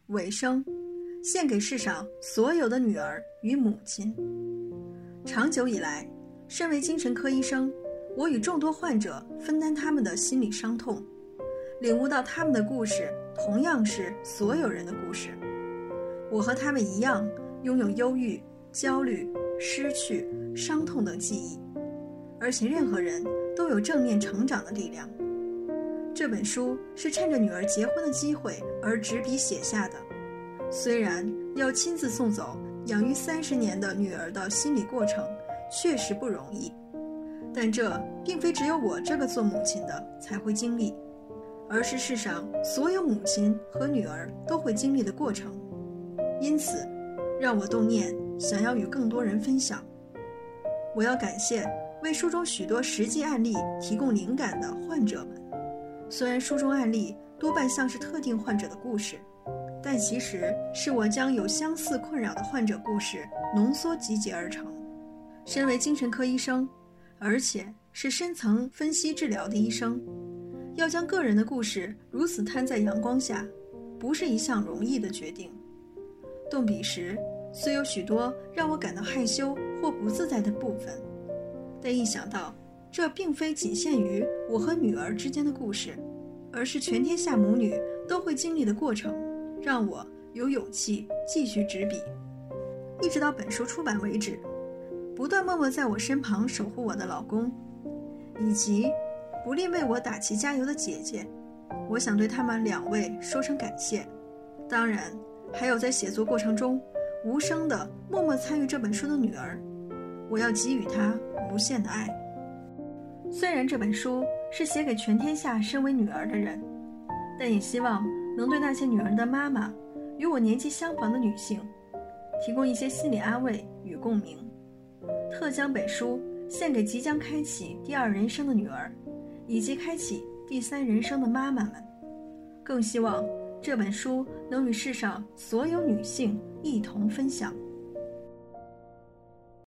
尾声，献给世上所有的女儿与母亲。长久以来，身为精神科医生，我与众多患者分担他们的心理伤痛，领悟到他们的故事同样是所有人的故事。我和他们一样，拥有忧郁、焦虑、失去、伤痛等记忆，而且任何人都有正面成长的力量。这本书是趁着女儿结婚的机会而执笔写下的，虽然要亲自送走养育30年的女儿的心理过程确实不容易，但这并非只有我这个做母亲的才会经历，而是世上所有母亲和女儿都会经历的过程。因此让我动念想要与更多人分享。我要感谢为书中许多实际案例提供灵感的患者们，虽然书中案例多半像是特定患者的故事，但其实是我将有相似困扰的患者故事浓缩集结而成。身为精神科医生，而且是深层分析治疗的医生，要将个人的故事如此摊在阳光下，不是一项容易的决定。动笔时虽有许多让我感到害羞或不自在的部分，但一想到这并非仅限于我和女儿之间的故事，而是全天下母女都会经历的过程，让我有勇气继续执笔。一直到本书出版为止，不断默默在我身旁守护我的老公，以及不吝为我打气加油的姐姐，我想对他们2位说声感谢。当然还有在写作过程中无声的默默参与这本书的女儿，我要给予她无限的爱。虽然这本书是写给全天下身为女儿的人，但也希望能对那些女儿的妈妈与我年纪相仿的女性提供一些心理安慰与共鸣，特将本书献给即将开启第2人生的女儿，以及开启第3人生的妈妈们。更希望这本书能与世上所有女性一同分享。